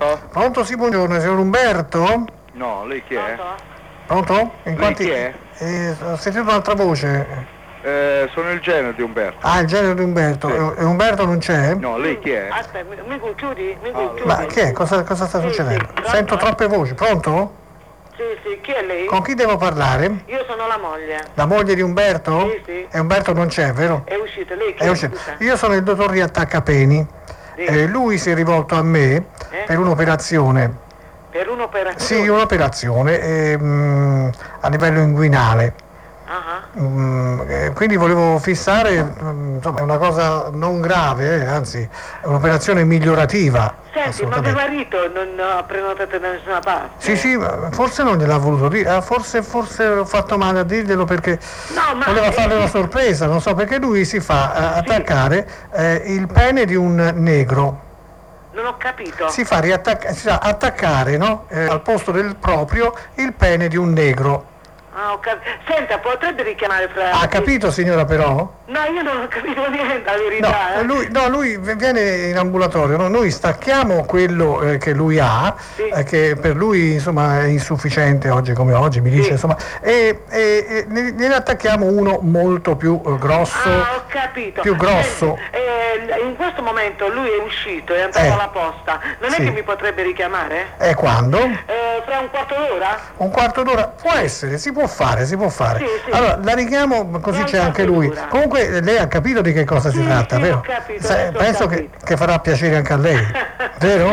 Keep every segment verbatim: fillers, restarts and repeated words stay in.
Pronto? Pronto, sì, buongiorno, signor Umberto? No, lei chi è? Pronto? In Lei quanti... chi è? Eh, ho sentito un'altra voce. Eh, sono il genero di Umberto. Ah, il genere di Umberto. Sì. E Umberto non c'è? No, lei chi è? Aspetta, mi, mi chiudi? Mi Ah, chiudi? Ma chi è? Cosa, cosa sta Sì, succedendo? sì, Sento pronto? troppe voci. Pronto? Sì, sì, chi è lei? Con chi devo parlare? Io sono la moglie. La moglie di Umberto? Sì, sì. E Umberto non c'è, vero? È uscita, lei chi È è? uscito. Scusa? Io sono il dottor Riattaccapeni. Sì. Eh, lui si è rivolto a me Eh? per un'operazione. Per un'operazione? Sì, un'operazione ehm, a livello inguinale. Ah, Mm, eh, quindi volevo fissare, mm, insomma, è una cosa non grave, eh, anzi è un'operazione migliorativa. Senti, ma mio assolutamente. marito non ha prenotato da nessuna parte. Sì, sì, ma forse non gliel'ha voluto dire, ah, forse, forse ho fatto male a dirglielo perché No, ma... voleva farle una eh, sorpresa, non so, perché lui si fa eh, attaccare eh, il pene di un negro. Non ho capito. Si fa, riattac- si fa attaccare, no? Eh, al posto del proprio il pene di un negro. Ah, ho capito. Senta, potrebbe richiamare fra... Ha capito, signora, però? No, io non ho capito niente, la verità. No, eh. lui, no, lui viene in ambulatorio, no? Noi stacchiamo quello eh, che lui ha, Sì. eh, che per lui insomma è insufficiente oggi come oggi, mi dice, Sì. insomma, e, e, e ne ne attacchiamo uno molto più eh, grosso, Ah, ho capito. più grosso. Senti, eh, in questo momento lui è uscito, è andato Eh. alla posta. Non Sì. è che mi potrebbe richiamare? E quando? Eh, fra un quarto d'ora? Un quarto d'ora? Può essere, si può fare, si può fare. Sì, sì. Allora, la richiamo, così Un c'è anche quarto lui. d'ora. Comunque lei ha capito di che cosa si Sì, tratta, sì, vero? ho capito, Se- adesso ho penso che, capito. che farà piacere anche a lei, vero?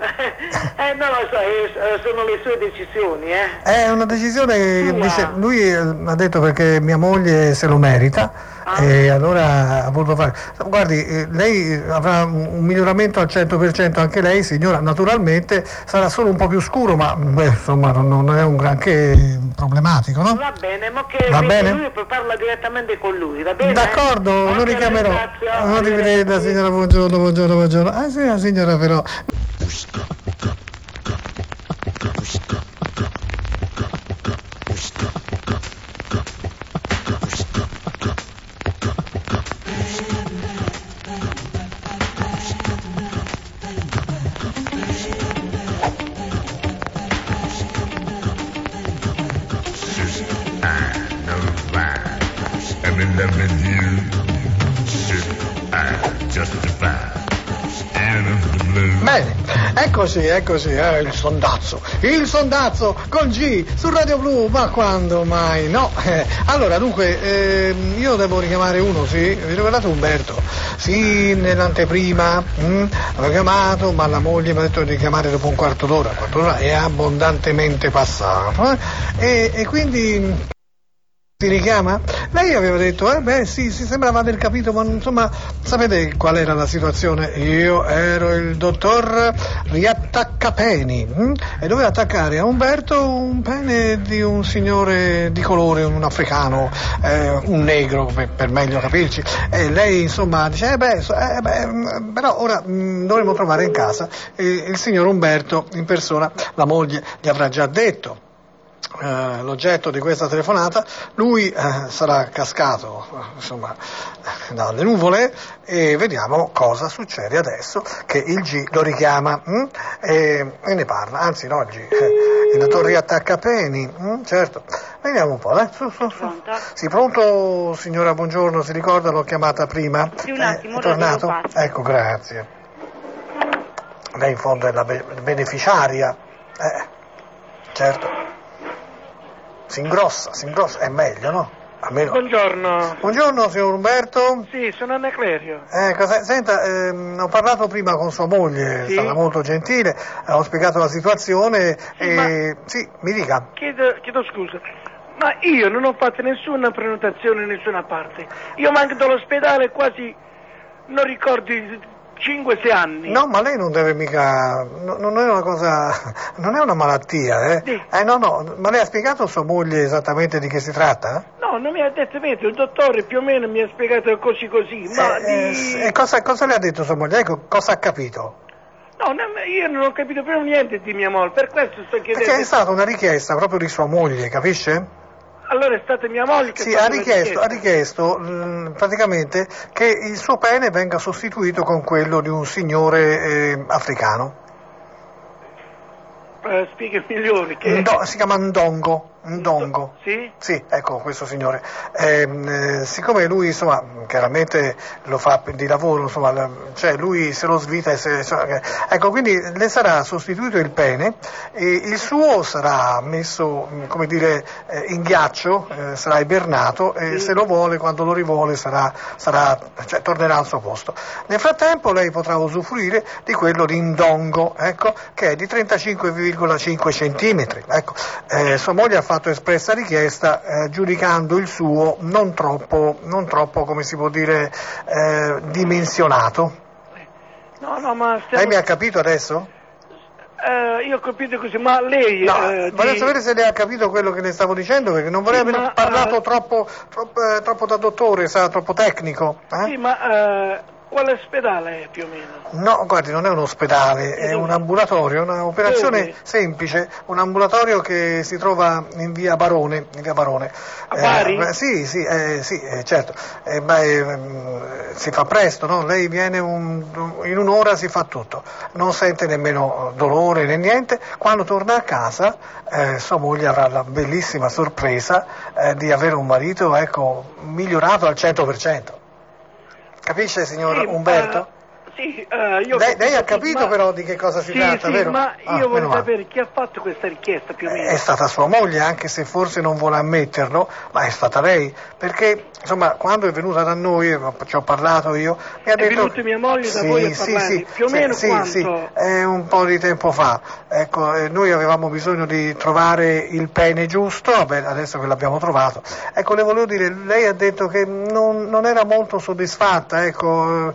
eh, non lo so, eh, sono le sue decisioni, eh. È una decisione che Sua. dice, lui eh, ha detto perché mia moglie se lo merita Ah. e allora ha voluto fare. Guardi, eh, lei avrà un un miglioramento al cento per cento anche lei, signora, naturalmente sarà solo un po' più scuro, ma beh, insomma non, non è un granché problematico, no? Va bene, ma che Va bene? lui parla direttamente con lui, va bene? D'accordo, Ok, lo richiamerò. ringrazio, Non arrivederci, arrivederci. signora, buongiorno, buongiorno, buongiorno. Ah sì, la signora però. I know why. I'm in love with you. Should I justify? Out of the blue. Bene, eccoci, eccoci, eh, il sondazzo, il sondazzo con G su Radio Blu, ma quando mai? No, eh, allora dunque, ehm, io devo richiamare uno, sì, vi ricordate Umberto? Sì, nell'anteprima, mm, avevo chiamato, ma la moglie mi ha detto di chiamare dopo un quarto d'ora, un quarto d'ora è abbondantemente passato, eh, e, e quindi... Si richiama? Lei aveva detto, eh beh sì, si sembrava aver capito, ma insomma, sapete qual era la situazione? Io ero il dottor Riattaccapeni hm? e dovevo attaccare a Umberto un pene di un signore di colore, un africano, eh, un negro per, per meglio capirci. E lei insomma dice, eh beh, so- eh, beh però ora mh, dovremo trovare in casa il, il signor Umberto in persona, la moglie gli avrà già detto. Uh, l'oggetto di questa telefonata, lui uh, sarà cascato uh, insomma dalle nuvole e vediamo cosa succede adesso che il G lo richiama hm? e, e ne parla, anzi no, il G eh, il dottor Riattaccapeni, hm? Certo, vediamo un po', dai, su, su, su. Pronto? Sì, pronto signora, buongiorno, si ricorda, l'ho chiamata prima? Sì, un attimo, è ora tornato? te lo passo. Ecco, grazie. Lei in fondo è la be- beneficiaria, eh, certo. Si ingrossa, si ingrossa, è meglio, no? Almeno. Buongiorno. Buongiorno, signor Umberto. Sì, sono Anna Clerio. Eh, cosa- senta, ehm, ho parlato prima con sua moglie, è Sì. stata molto gentile, eh, ho spiegato la situazione e... ma- Sì, mi dica. Chiedo, chiedo scusa, ma io non ho fatto nessuna prenotazione in nessuna parte. Io manco dall'ospedale quasi, non ricordo, cinque sei anni. No, ma lei non deve mica... no- non è una cosa... non è una malattia, eh? Sì. Eh, no, no, ma lei ha spiegato a sua moglie esattamente di che si tratta? No, non mi ha detto niente, il dottore più o meno mi ha spiegato così così, ma Eh, di... eh, e cosa, cosa le ha detto sua moglie? Ecco, cosa ha capito? No, non- io non ho capito proprio niente di mia moglie, per questo sto chiedendo... Perché è stata una richiesta proprio di sua moglie, capisce? Allora è stata mia moglie che Sì, ha ha fatto la richiesto, ha richiesta. richiesto mh, praticamente che il suo pene venga sostituito con quello di un signore eh, africano. Uh, spiega milioni che... Ndo- si chiama Ndongo. Ndongo. Sì? Sì, ecco questo signore. Ehm, eh, siccome lui insomma chiaramente lo fa di lavoro, insomma, la- cioè lui se lo svita e se, insomma, eh, ecco, quindi le sarà sostituito il pene e il suo sarà messo, mh, come dire, eh, in ghiaccio, eh, sarà ibernato e Sì. se lo vuole, quando lo rivuole sarà, sarà, cioè, tornerà al suo posto. Nel frattempo lei potrà usufruire di quello di Ndongo, ecco, che è di trentacinque virgola cinque centimetri. Ecco, eh, sua moglie ha fatto espressa richiesta eh, giudicando il suo non troppo, non troppo, come si può dire, eh, dimensionato. No, no, ma... Stiamo... Lei mi ha capito adesso? Eh, io ho capito così, ma lei... No, eh, vorrei di- sapere se lei ha capito quello che le stavo dicendo, perché non vorrei Sì, aver ma, parlato eh, troppo, troppo, eh, troppo da dottore, sa, troppo tecnico. Eh? Sì, ma eh, quale ospedale è più o meno? No, guardi, non è un ospedale, è un ambulatorio, un'operazione Dove? semplice, un ambulatorio che si trova in via Barone. In via Barone. A Bari? Eh, sì, sì, eh, sì eh, certo, eh, ma eh, si fa presto, no? Lei viene un- in un'ora si fa tutto, non sente nemmeno dolore né niente, quando torna a casa eh, sua moglie avrà la bellissima sorpresa eh, di avere un marito, ecco, migliorato al cento per cento. Capisce, signor Sì, Umberto? eh, sì, eh, io ho Lei, lei ha tutto, capito ma- però di che cosa si sì, tratta, sì, vero? ma Ah, io voglio meno male. sapere chi ha fatto questa richiesta più o meno. È stata sua moglie, anche se forse non vuole ammetterlo, ma è stata lei, perché insomma quando è venuta da noi, ci ho parlato io, mi ha È detto... venuta mia moglie da voi a parlarmi, più o meno sì, quanto? sì, è un po' di tempo fa, ecco, eh, noi avevamo bisogno di trovare il pene giusto, vabbè, adesso che l'abbiamo trovato, ecco, le volevo dire, lei ha detto che non, non era molto soddisfatta, ecco,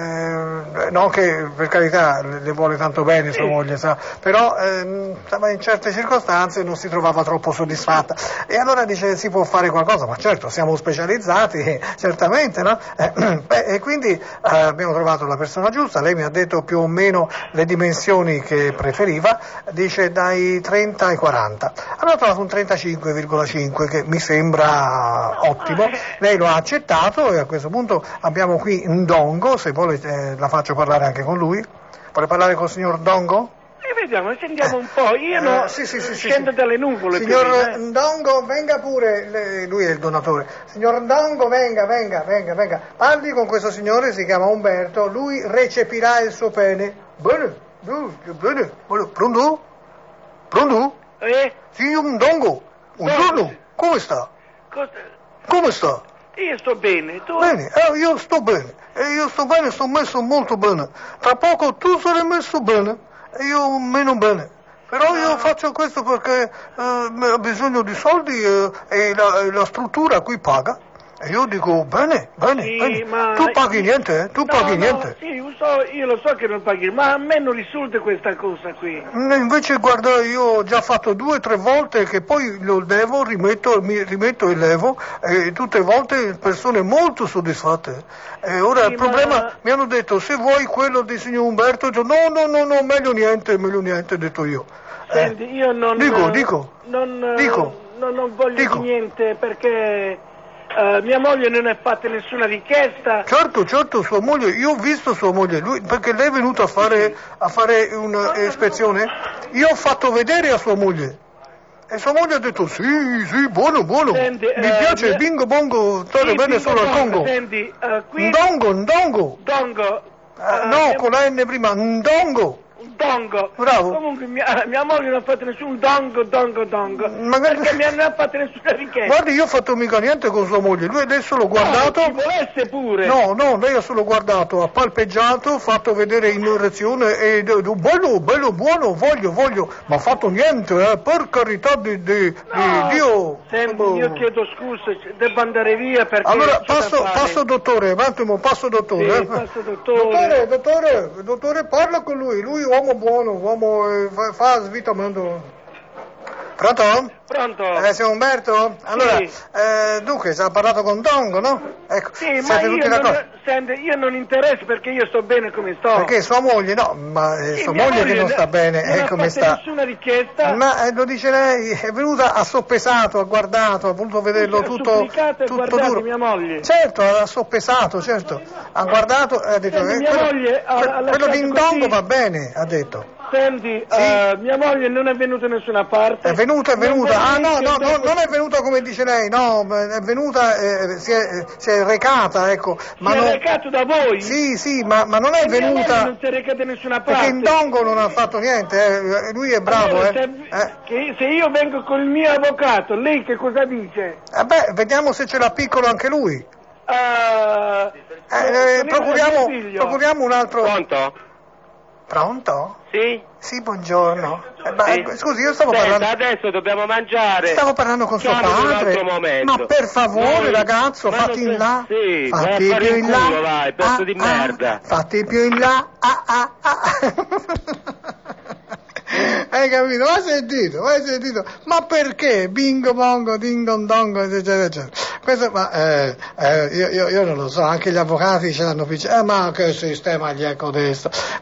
eh, non che per carità le le vuole tanto bene sua Sì. moglie, sa, però ehm, insomma, in certe circostanze non si trovava troppo soddisfatta e allora dice si può fare qualcosa, ma certo siamo specializzati, certamente, no? Eh, beh, e quindi eh, abbiamo trovato la persona giusta, lei mi ha detto più o meno le dimensioni che preferiva, dice dai trenta ai quaranta, allora ho trovato un trentacinque virgola cinque che mi sembra ottimo, lei lo ha accettato e a questo punto abbiamo qui Ndongo, se vuole eh, la faccio parlare anche con lui. Vuole parlare col signor Ndongo? E vediamo, sentiamo un po', io Eh, no, sì, sì, sì, sì, scendo sì. dalle nuvole Signor più o meno, eh. Ndongo, venga pure, le- lui è il donatore. Signor Ndongo, venga, venga, venga, venga. Parli con questo signore, si chiama Umberto, lui recepirà il suo pene. Bene, bene, bene. Bene. Pronto? Pronto? Eh? Signor Ndongo, buongiorno, come sta? Cosa- Come sta? Io sto bene, tu? Bene, eh, io sto bene, e io sto bene, sto messo molto bene. Tra poco tu sarai messo bene, e io meno bene. Però io faccio questo perché eh, ho bisogno di soldi eh, e la, e la struttura qui paga. E io dico bene, bene, Sì, bene. ma- Tu paghi niente, eh? Tu No, paghi no, niente. Sì, lo so, io lo so che non paghi, ma a me non risulta questa cosa qui. Mm, Invece guarda, io ho già fatto due o tre volte che poi lo levo, rimetto, mi rimetto e levo, e tutte le volte persone molto soddisfatte. E ora Sì, il problema, ma- mi hanno detto, se vuoi quello di signor Umberto, io dico, no, no, no, no, meglio niente, meglio niente, ho detto io. Eh, Senti, io non... dico, dico, Non, dico, non, non voglio dico. di niente perché eh, mia moglie non ha fatto nessuna richiesta. Certo, certo, sua moglie, io ho visto sua moglie, lui, perché lei è venuto a fare, a fare un'ispezione, io ho fatto vedere a sua moglie. E sua moglie ha detto sì, sì, buono, buono, Senti, mi eh, piace il mia- bingo bongo, stare Sì, bene bingo solo al bongo, Congo. Senti, eh, qui... Ndongo, ndongo, Dongo. Eh, eh, no, mia- con la N prima, ndongo. Dongo. Bravo. Comunque mia, mia moglie non ha fatto nessun dongo, dongo, dongo. Magari- Perché mi non ha fatto nessuna richiesta. Guardi, io ho fatto mica niente con sua moglie, lui adesso l'ho guardato. No, ci volesse pure. No, no, lei ha solo guardato, ha palpeggiato, fatto vedere in erezione e d- d- bello, bello, buono, voglio, voglio, ma ha fatto niente, eh, per carità di, di, No. di Dio. Senti, Oh. io chiedo scusa, devo andare via perché... Allora, c'è da passo, fare. passo dottore, un attimo, passo dottore. Sì, eh. passo dottore. Dottore, dottore, dottore, parla con lui, lui è uomo buono, uomo eh, fa, fa svitamento. Pronto? Pronto? Eh, signor Umberto? Allora, Sì. eh, dunque, si è parlato con Dongo, no? Ecco, Sì, ma siete tutti io d'accordo? non, senti, io non interesso perché io sto bene come sto. Perché sua moglie, no, ma eh, Sì, sua mia moglie che non sta bene, non eh, ha come fatto sta? nessuna richiesta. Ma eh, lo dice lei, è venuta, ha soppesato, ha guardato, ha voluto vederlo Ha tutto, supplicato e tutto guardato duro. mia moglie. Certo, ha soppesato, certo, ha guardato e ha detto Senti, eh, mia quello, moglie ha- que- ha quello di lasciato Ndongo così. va bene, ha detto. Senti, eh, mia moglie non è venuta da nessuna parte. È venuta, è Non venuta. Ah no, vorrei no, che no, dopo- non è venuta come dice lei, no, è venuta, eh, si, è, si è recata, ecco. Ma si non... è recato da voi? Sì, sì, ma, ma non è E mia moglie venuta... non si è recata da nessuna Perché parte. in Dongo non ha fatto niente, eh. Lui è bravo, Allora, eh. se, eh. che- se io vengo col mio avvocato, lei che cosa dice? Eh beh, vediamo se ce l'ha piccolo anche lui. Uh, Eh, eh, procuriamo, procuriamo un altro... Pronto? Pronto? Sì? Sì, buongiorno. Eh, ma, Sì. eh, scusi, io stavo Senta, parlando... adesso dobbiamo mangiare. Stavo parlando con suo Chiamami in un padre. altro momento. Ma per favore, Noi- ragazzo, ma fatti non- in là. Sì, vai a fatti fare più in in là. culo, vai, pezzo di merda. Fatti più in là. Ah, ah, ah. Hai capito? Ma hai sentito? Ma hai sentito? Ma perché? Bingo bongo, dingo dongo, eccetera, eccetera. Questo, ma eh, eh, io, io, io non lo so, anche gli avvocati ce l'hanno più. Eh, ma che sistema gli è codesto?